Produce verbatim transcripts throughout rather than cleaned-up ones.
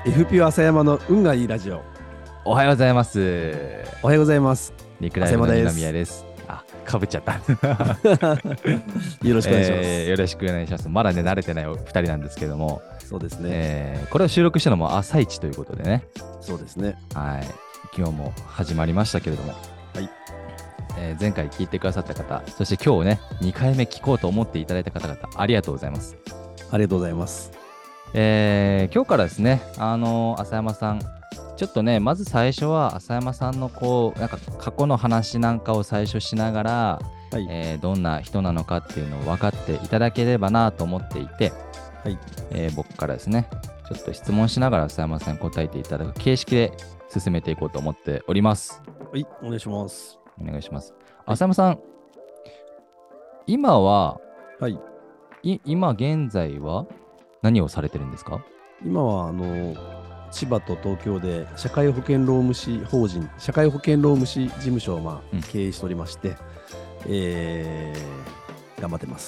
エフピュー 浅山の運がいいラジオ。 おはようございます。 おはようございます。 リクラ浅イブの二山です。 宮です。あ、かぶっちゃった。 よろしくお願いしまえー、 す。 よろしくお願いします。まだね、慣れてないお二人なんですけども、 そうですね。 えー、これを収録したのも朝一ということでね、 そうですね。 はい、今日も始まりましたけれども、 はい。 えー前回聞いてくださった方、そして今日ね、にかいめ聞こうと思っていただいた方々、ありがとうございます。 ありがとうございます。 えー今日からですね、あのー浅山さん、ちょっとね、まず最初は浅山さんのこう、なんか過去の話なんかを最初しながら、 はい。 えーどんな人なのかっていうのを分かっていただければなと思っていて、 はい。 えー僕からですね、ちょっと質問しながら浅山さんに答えていただく形式で進めていこうと思っております。 はい。お願いします。 お願いします。 はい。 浅山さん、今は、 はい。 い今現在は何をされてるんですか？ 今は、あの、千葉と東京で社会保険労務士法人、社会保険労務士事務所を、まあ、 うん。 経営しておりまして、えー、頑張ってます。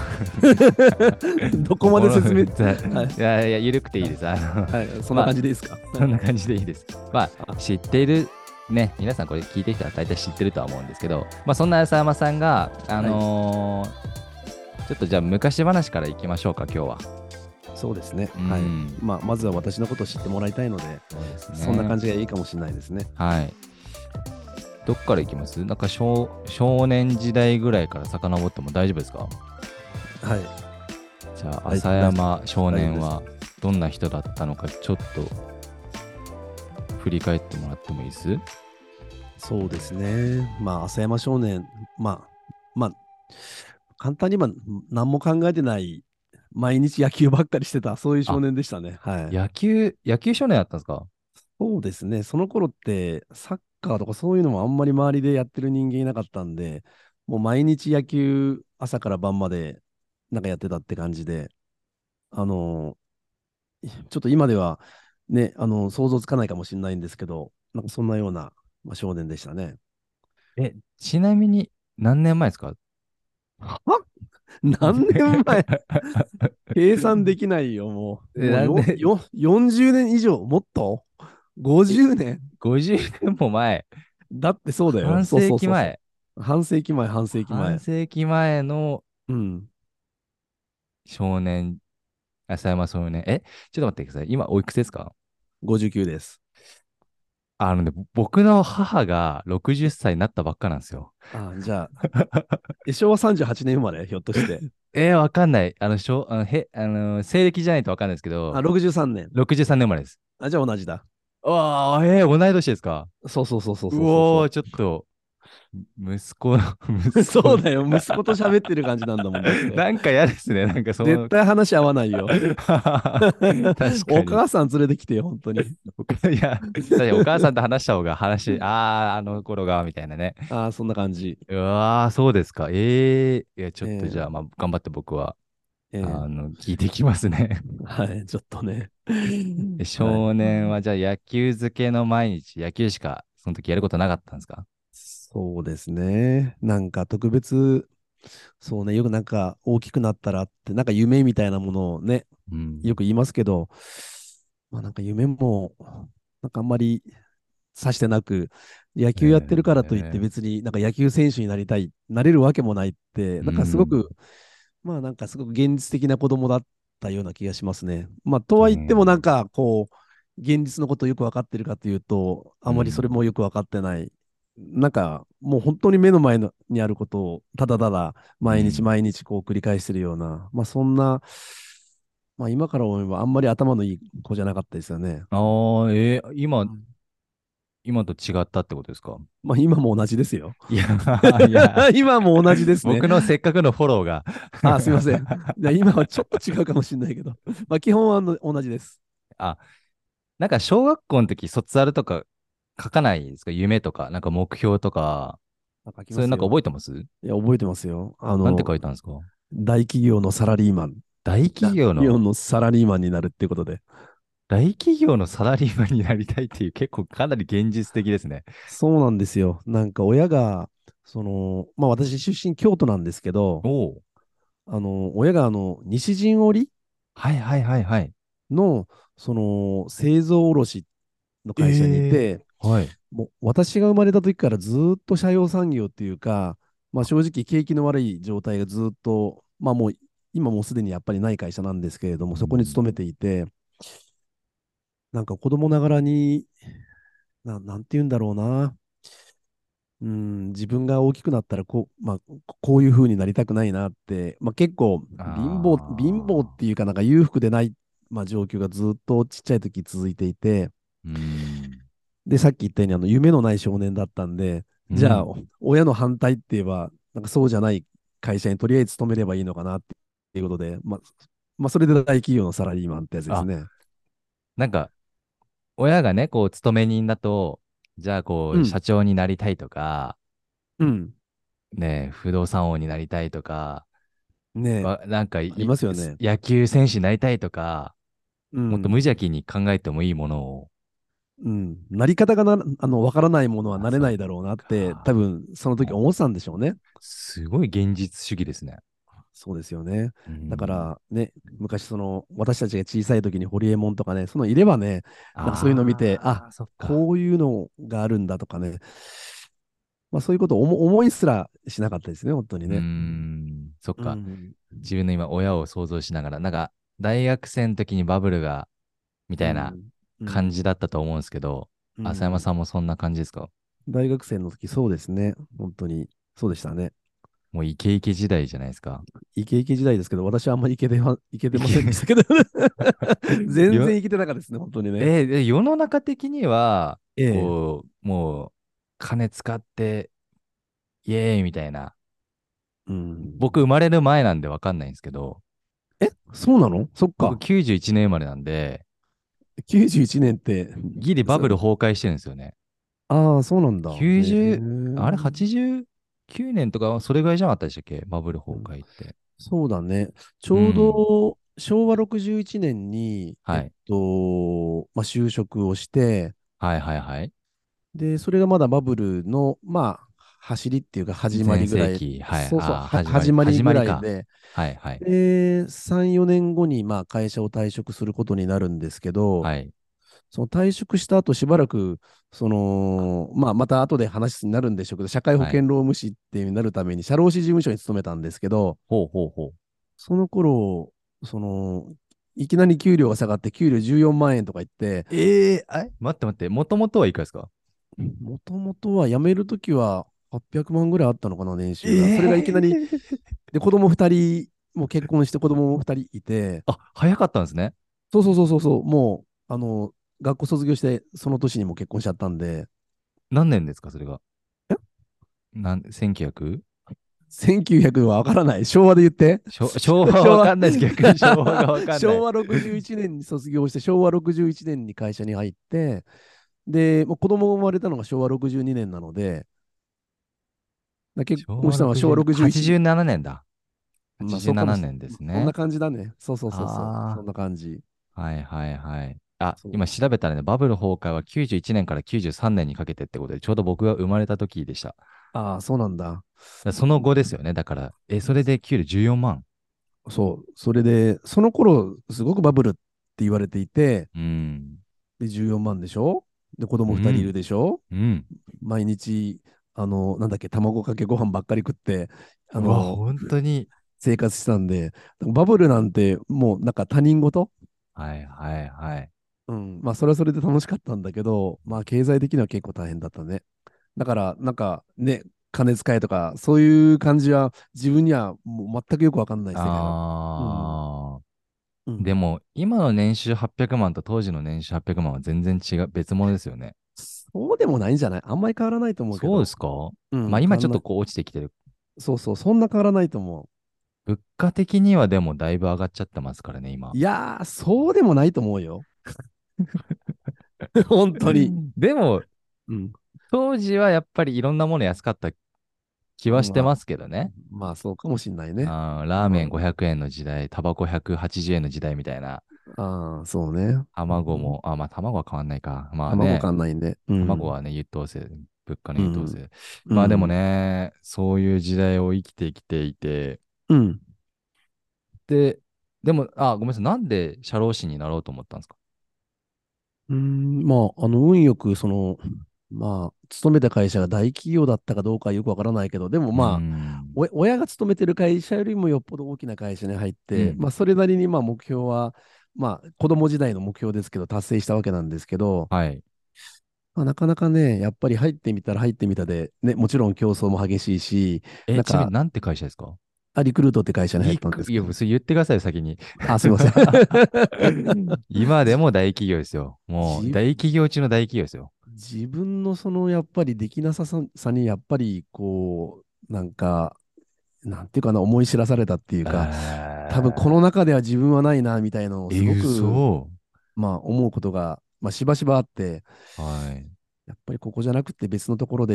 どこまで説明、はい。 いやいや、ゆるくていいです。あの、 はい。そんなまあ、 感じでいいですか？はい。 そんな感じでいいです。まあ、 あ、 知っている、ね、皆さんこれ聞いてきたら大体知ってるとは思うんですけど、まあ、そんな浅山さんが、あはい。 のーちょっとじゃあ昔話からいきましょうか、今日は。 そうですね。 うはい。 ん。 まあ、まずは私のことを知ってもらいたいので、 そうですそんなね。 感じがいいかもしれないですね。 はい。どっからいきます？なんか少、少年時代ぐらいから遡っても大丈夫ですか？ はい。 じゃあ、 大浅大丈山少大丈夫です。 年はどんな人だったのか、ちょっと振り返ってもらってもいいです？ そうですね。まあ、浅山少年、まあ、まあ、簡単に言えば何も考えてない、毎日野球ばっかりしてた、そういう少あ、 年でしたね。はい。 野球、野球少年だったんですか？ そうですね。その頃って、サッカーとかそういうのもあんまり周りでやってる人間いなかったんで、もう毎日野球、朝から晩まで、なんかやってたって感じで、あのちょっと今ではね、あの、想像つかないかもしれないんですけど、なんかそんなような、まあ、少年でしたね。 え、ちなみに何年前ですか？ は何年前？計算できないよ、もう。 え、 もうよ、 なんで、 よ、よんじゅうねん以上、もっと ?ごじゅう 年。 ごじゅうねんも前、 だってそうだよ。 半そう世紀前、 そうそうそう。半世紀前、半世紀前。 半世紀前のうん。 少年、浅山少年、え、ちょっと待ってください。今、おいくつですか？ ごじゅうきゅうです。 あのね、僕の母がろくじゅっさいになったばっかなんですよ。 あ、じゃあ、え、昭和さんじゅうはちねん生まれ、ひょっとして。 えー、わかんない。あの、しょ、あの、へ、あの、西暦じゃないとわかんないですけあ、 ど、 ろくじゅうさんねん。 ろくじゅうさんねん生まれです。 あ、じゃあ同じだ。 ああ、えー、同い年ですか？ そうそうそうそううそうそうそおー、ちょっと、息子の、 う。 息子のそうだよ。息子と喋ってる感じなんだもんだって。 なんか嫌ですね。なんかその絶対話合わないよ。 確かに。 お母さん連れてきてよ、本当に。 おかいや、確かにお母さんと話した方が話、ああ、あの頃が、みたいなね。 ああ、そんな感じ。 うわー、そうですか。ええいや、ちょっとじゃあ、 ええまあ、頑張って僕は、 ええあの、聞いていきますね。 はい、ちょっとね。 ではい。 少年は、じゃあ、野球漬けの毎日、野球しか、その時やることなかったんですか？ そうですね。なんか特別、そうね、よくなんか大きくなったらって、なんか夢みたいなものをね、 うん。 よく言いますけど、まあなんか夢も、なんかあんまりさしてなく、野球やってるからといってええ別になんか野球選手になりたい、なれるわけもないって、 うなんかすごく、 ん。 まあなんかすごく現実的な子供だったような気がしますね。まあとうは言ってもなんん。 かこう、現実のことをよくわかってるかというと、あまりそれうん。 もよくわかってない。なんかもう本当に目の前のにあることをただただ毎日うん。 毎日こう繰り返してるような、まあそんな、まあ今から思えばあんまり頭のいい子じゃなかったですよね。 ああ、えー今、 うん。 今と違ったってことですか？ まあ今も同じですよ。 いや、いや、 今も同じですね。 僕のせっかくのフォローがあ、すみません。じゃあ今はちょっと違うかもしれないけど。まあ基本はあの同じです。 あ、なんか小学校の時卒アルとか書かないですか？夢とか、なんか目標とか、 あ、書きそれなんかますよ。 覚えてます？ いや、覚えてますよ。あなんての、 書いたんですか？ 大企業のサラリーマン。 大企大業の、 企業のサラリーマンになるっていうことで。 大企業のサラリーマンになりたいっていう結構かなり現実的ですね。 そうなんですよ。なんか親が、その、まあ私出身京都なんですけど、 おお。 あの、親があの、西陣織はいはいはいはい。 の、その、製造卸の会社にいええ、 て、 はい。 もう私が生まれた時からずーっと斜陽産業っていうか、まあ、正直景気の悪い状態がずっと、まあもう今もうすでにやっぱりない会社なんですけれども、そこにうん。 勤めていて、なんか子供ながらに、な、なんて言うんだろうな。うん、自分が大きくなったらこう、まあ、ここういう風になりたくないなって、まあ、結構貧乏、貧乏っああ。 ていうかなんか裕福でない、まあ、状況がずっとちっちゃい時続いていて、 うん。 で、さっき言ったようにあの夢のない少年だったんで、じゃあ、 うん。 お親の反対って言えば、なんかそうじゃない会社にとりあえず勤めればいいのかなっていうことで、まあ、まあ、それで大企業のサラリーマンってやつですあ、 ね。 なんか、親がね、こう、勤め人だと、じゃあ、こう、 うん、 社長になりたいとか、 うん、 ね、不動産王になりたいとか、 ねえ、 わなんかありい、すますよね。 野球選手になりたいとか、もっと無うん、 邪気に考えてもいいものを、 うん、なり方がな、あの、わからないものはあ、そっなれないだろうなって、多か。 分その時もう、 思ってたんでしょうね。 すごい現実主義ですね。 そうですよね。 うだかん。 らね、昔その、私たちが小さい時にホリエモンとかね、そのいればね、なんかそういうのを見て、あ、 ああ、そっか。 こういうのがあるんだとかね、まあそういうことを思思いすらしなかったですね、本当にうーね。 ん、そっか。 うん。 自分の今、親を想像しながら、なんか、大学生の時にバブルが、みたいなうん。う感じん。 だったと思うんですけど、浅山うん。 さんもそんな感じですか？ 大学生の時、そうですね。本当に、そうでしたね。 もうイケイケ時代じゃないですか。 イケイケ時代ですけど、私はあんまりイケては、イケてませんでしイケたけど全よ、 然イケてなかったですね、本当にね。 えーえ世の中的には、 ええ。 こう、もう、金使って、イエーイみたいな。 うん。 僕生まれる前なんでわかんないんですけど、 え、そうなの？そっ僕か。 きゅうじゅういちねん生まれなんで、 きゅうじゅういちねんって、 ギリバブルそ崩壊してるんですよね。 ああ、そうなんだ。へきゅうじゅう、あれえ。 はちじゅうきゅう 年とか、それぐらいじゃなかったでしたっけバブル崩うん、 壊って。 そうだね。ちょううん。 ど昭和ろくじゅういちねんに、えっはい。 と、まあ、就職をして、 はいはいはい。 で、それがまだバブルの、まあ、走りっていうか始ま全りぐらい、 盛期。はい。 そうそう、 ああ、 は始まり。 始まりぐ始まりか。 らいで、 はいはい。 で、さん、よねんごに、まあ、会社を退職することになるんですけど、 はい。 その退職した後しばらく、その、まあ、また後で話になるんでしょうけど、社会保はい。 険労務士っていうになるために、社労士事務所に勤めたんですけど、 ほうほうほう。 その頃、その、いきなり給料が下がって、給料じゅうよんまん円とか言って、 ええー、え待って待って。もともとはいくらですか？ もともとは辞めるときははっぴゃくまんぐらいあったのかな、年収が。それがいきなり、 ええー、 で、子供ふたり、もう結婚して子供もふたりいて、 あ、早かったんですね。 そうそうそうそうそう、もう、あの、学校卒業して、その年にもう結婚しちゃったんで、 何年ですかそれが？ えなん、せんきゅうひゃく？ せんきゅうひゃく はわからない。昭和で言って。 昭昭和昭和わかんないです。逆に昭和がわかんない。 昭和ろくじゅういちねんに卒業して、昭和ろくじゅういちねんに会社に入って、で、もう子供が生まれたのが昭和ろくじゅうにねんなので、だ結昭和婚したのは昭和ろくじゅう、 ろくじゅういち、 はちじゅうななねんだ。 まあ 87 そうかもしれ年でない。 すね。 そんな感じだね。そうそうそうそう。そあんな感じ。 あ、はいはいはい。あ、 そう。 今調べたらね、バブル崩壊はきゅうじゅういちねんからきゅうじゅうさんねんにかけてってことで、ちょうど僕が生まれた時でした。だかああ、そうなんだ。 らその後ですよね。だから、え、それで給料じゅうよんまん。 そう。それで、その頃、すごくバブルって言われていて、 うん。 で、じゅうよんまんでしょ？で、子供ふたりいるうん。 でしょ？ うん。 毎日、あの、なんだっけ、卵かけご飯ばっかり食って、あうわ、 の、 本当に。 生活してたんで、バブルなんてもうなんか他人事。 はいはいはい。 うん。まあ、それはそれで楽しかったんだけど、まあ、経済的には結構大変だったね。だから、なんかね、金使えとか、そういう感じは自分にはもう全くよくわかんない世界だった。うん。 あー。でうん。 も、今の年収はっぴゃくまんと当時の年収はっぴゃくまんは全然違う、別物ですよね。 そうでもないんじゃない？あんまり変わらないと思うけど。 そうですか？ うん、 まあ今変わらない。 ちょっとこう落ちてきてる。 そうそう、そんな変わらないと思物価的にはでもだいぶ上がっちゃってますからね、今。 う。いやー、そうでもないと思うよ。本当に。 でも、 うん。 当時はやっぱりいろんなもの安かった気はしてまあ、 ますけどね。 まあ、そうかもしんないね。 あーラーメンうん。 ごひゃくえんの時代、タバコひゃくはちじゅうえんの時代みたいな。 ああ、そうね。 卵も、あ、まあ卵は変わんないか。まあ卵ね、 買んないんで。うん。 卵はね、優等生、物価のうん。 優等生。 うまあでもん。 ね、そういう時代を生きてきていて、 うん。 で、 でも、あ、ごめんなさい。なんで社労士になろうと思ったんですか？ うーん、まあ、あの、運よく、その、まあ、勤めた会社が大企業だったかどうかはよくわからないけど、でもうーまあ、 ん。 お親が勤めてる会社よりもよっぽど大きな会社に入って、 うん。 まあ、それなりにまあ目標は、まあ、子供時代の目標ですけど、達成したわけなんですけど、 はい。 まあ、なかなかね、やっぱり入ってみたら入ってみたで、ね、もちろん競争も激しいし、 え、 なんか、 ちなみになんて会社ですか？ あ、リクルートって会社に入っリク、いや、 たんですけど、 それ言ってくださいよ、先に。 あ、すいません。 今でじも大企業ですよ。もうじ大企業中の大企業ですよ。 自分のそのやっぱりできなさささにやっぱりこう、なんか、なんていうかな、思い知らされたっていうか、多分このえ中では自分はないな、みたいなのをー、 すごえ、 く、 嘘。 まあ思うことが、まあしばしばあって、 はい。 やっぱりここじゃなくて別のところでって、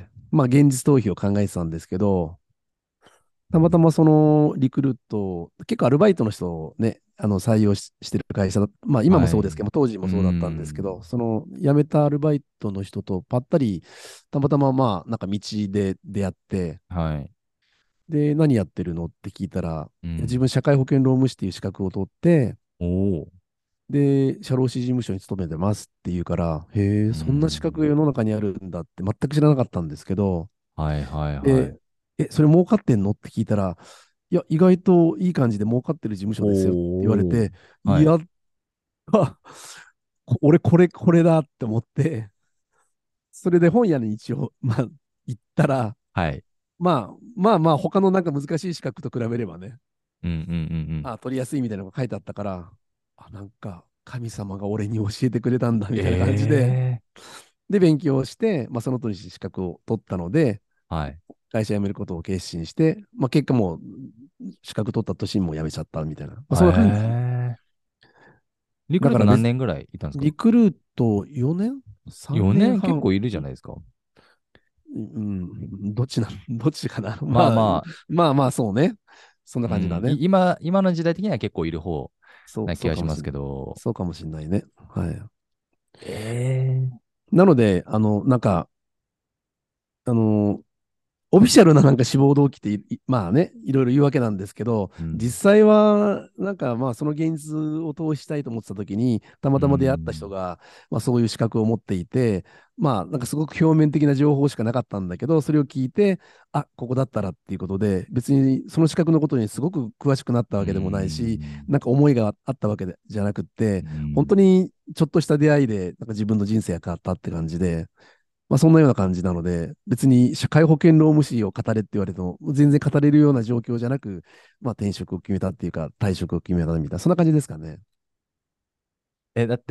まあ現実逃避を考えてたんですけど、たまたまそのリクルート、結構アルバイトの人をね、あの採用し、してる会社だ、まあ今もはい。うそうですけど、当時もーそうだったんですけど、 ん。 その辞めたアルバイトの人とぱったり、たまたままあなんか道で出会って、 はい。 で、何やってるのって聞いたら、 うん。 自分社会保険労務士っていう資格を取って、 おお。 で、社労士事務所に勤めてますって言うから、へうえ、そんな資格がん。 世の中にあるんだって全く知らなかったんですけど、 はいはいはで、 い。 え、それ儲かってんのって聞いたら、いや、意外といい感じで儲かってる事務所ですよって言われおお。 て、 はい。 やった、こ俺これこれだって思って、それで本屋に一応、まあ、行ったら、 はい。 まあまあまあ、他のなんか難しい資格と比べればね、 うんうんうんあ、取りやすいみたいなのが書いてあったから、あ、なんか神様が俺に教えてくれたんだみうん。 たいな感じで、 ええで、勉強して、まあ、その通り資格を取ったので、 ー。はい。 会社辞めることを決心して、まあ、結果もう資格取った年にもう辞めちゃったみたいな、まあ、そんな感じ。 ええー。リクルートだから別、 何年ぐらいいたんですか？ リクルートよねん ?さんよ年年結半。 構いるじゃないですか。 うん、どっちな、どっちかな。まあ、 まあままあまあ、そうね。そんなあ、うん。 感じだね。 い今、今の時代的には結構いる方そう、 な気がしますそうかもしんない。 けど。 そうかもしんないね。はい。 ええなので、あの、なんか、あの、オフィシャルななんか志望動機ってい、いまあね、いろいろ言うわけなんですけど、 ー。うん。 実際は、なんかまあその現実を通したいと思ってた時に、たまうたま出会った人ん。 が、まあそういう資格を持っていて、まあなんかすごく表面的な情報しかなかったんだけど、それを聞いて、あ、ここだったらっていうことで、別にその資格のことにすごく詳しくなったうわけでもないし、 ん。 なんか思いがあったわけでじゃなくって、 う本当ん。 にちょっとした出会いで、なんか自分の人生が変わったって感じで、まあ、そんなような感じなので、別に社会保険労務士を語れって言われても、全然語れるような状況じゃなく、まあ、転職を決めたっていうか、退職を決めたみたいな、そんな感じですかね。 え、だって、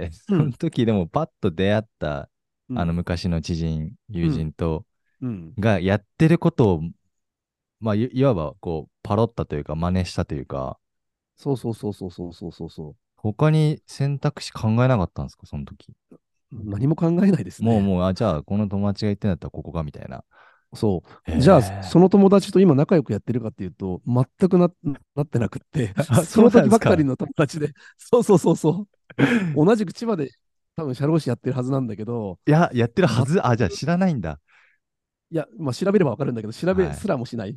うん、 その時でもパッと出会った、あのうん、 昔の知人、友うん、 人と、 うん。 がやってることを、まあ、いいわば、こう、パロったというか、真似したというか、 そうそうそうそうそうそうそうそ他に選択肢考えなかったんですか、その時。 う。何も考えないですね。 もうもう、あ、じゃあ、この友達が言ってんだったらここか、みたいな。 そへう。じゃあ、 え。 その友達と今仲良くやってるかっていうと、全くな、なってなくって、 あ、 そそうのなんですか。 時ばっかりの友達で、そうそうそうそう。同じく千葉で多分社労士やってるはずなんだけど、 いや、やってるはま、 ず。あ、じゃあ知らないんだ。 いや、まあ、調べればわかるんだけど、調べはい。 すらもしない。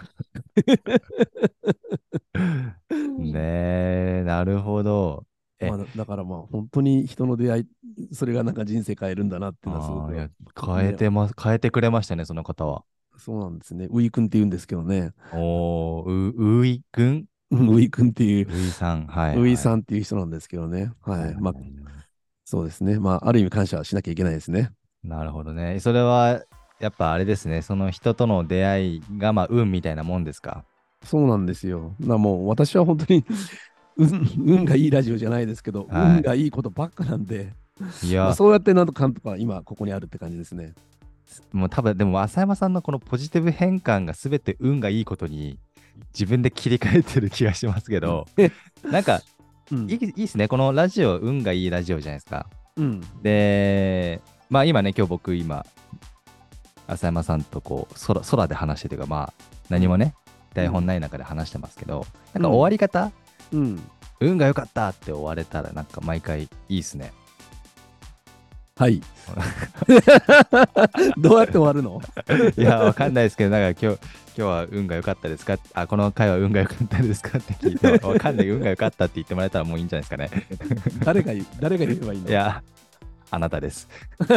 ねえ、なるほど。え、 まあ、だだからまあ、本当に人の出会い、それがなんか人生変えるんだなっていうのはすごああ、いく、 や、変えね、 てます、変えてくれましたね、その方は。 そうなんですね。ウィー君って言うんですけどね。 おー、う、ういくんうんウィー君っていう、 ういさん。はいウィーはい。 さんっていう人なんですけどね。はい。まあ、 えそうですね。まあ、ある意味感謝しなきゃいけないですね。 ーなるほどね。それは、やっぱあれですね。その人との出会いが、まあ、運みたいなもんですか。 そうなんですよ。なもう私は本当に運、運がいいラジオじゃないですけど、運はがいいことばっかなんで、 い。いまあ、 や、 そうやってなんとかんとか今ここにあるって感じですね。 もう多分、でも、浅山さんのこのポジティブ変換が全て運がいいことに自分で切り替えてる気がしますけど、なんか、 うん。 いい、いいですね。このラジオ、運がいいラジオじゃないですか。 うん。 で、まあ今ね、今日僕、今、浅山さんとこう、空、空で話してというか、まあ、 うん。 何もね、台本うん。 ない中で話してますけど、なんか終わうん。 り方、 うん。 運が良かったって終われたら、なんか毎回いいっすね。 はい。どうやって終わるの？ いや、わかんないですけど、なんか今日、 今日は運が良かったですか、あ、この回は運が良かったですかって聞いて、わかんない、運が良かったって言ってもらえたらもういいんじゃないですかね。 誰が言う、誰が言えばいいの？ いや、あなたです。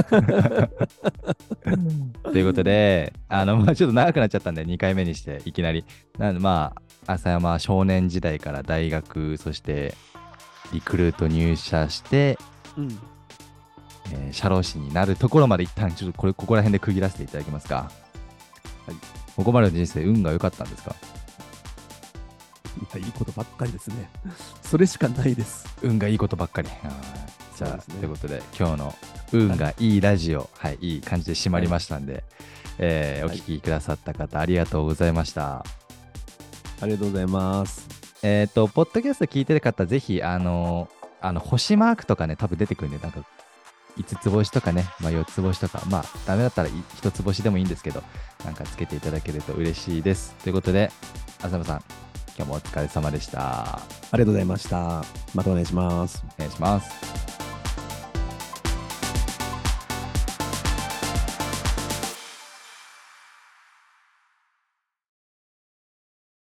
ということで、あの、まあ、ちょっと長くなっちゃったんで、にかいめにして、いきなり。なんで、まあ、浅山は少年時代から大学、そしてリクルート入社して、 うん。 えー社労士になるところまで一旦、ちょっとこれ、ここら辺で区切らせていただけますか。 はい。 ここまでの人生、運が良かったんですか？ いや、いいことばっかりですね。それしかないです。 運がいいことばっかり。あーじゃあ、 そうですね。 ということで、今日の運がいいラジオ、はい、いい感じで締まりましたんで、えーおはい。 聞きくださった方、ありがとうございました。 ありがとうございます。 えっと、ポッドキャスト聞いてる方、ぜひ、あの、あの星マークとかね、多分出てくるんで、なんか、いつつ星とかね、まあ、よっつ星とか、まあ、ダメだったらいひとつ星でもいいんですけど、なんかつけていただけると嬉しいです。ということで、浅山さん、今日もお疲れ様でした。 ありがとうございました。またお願いします。 お願いします。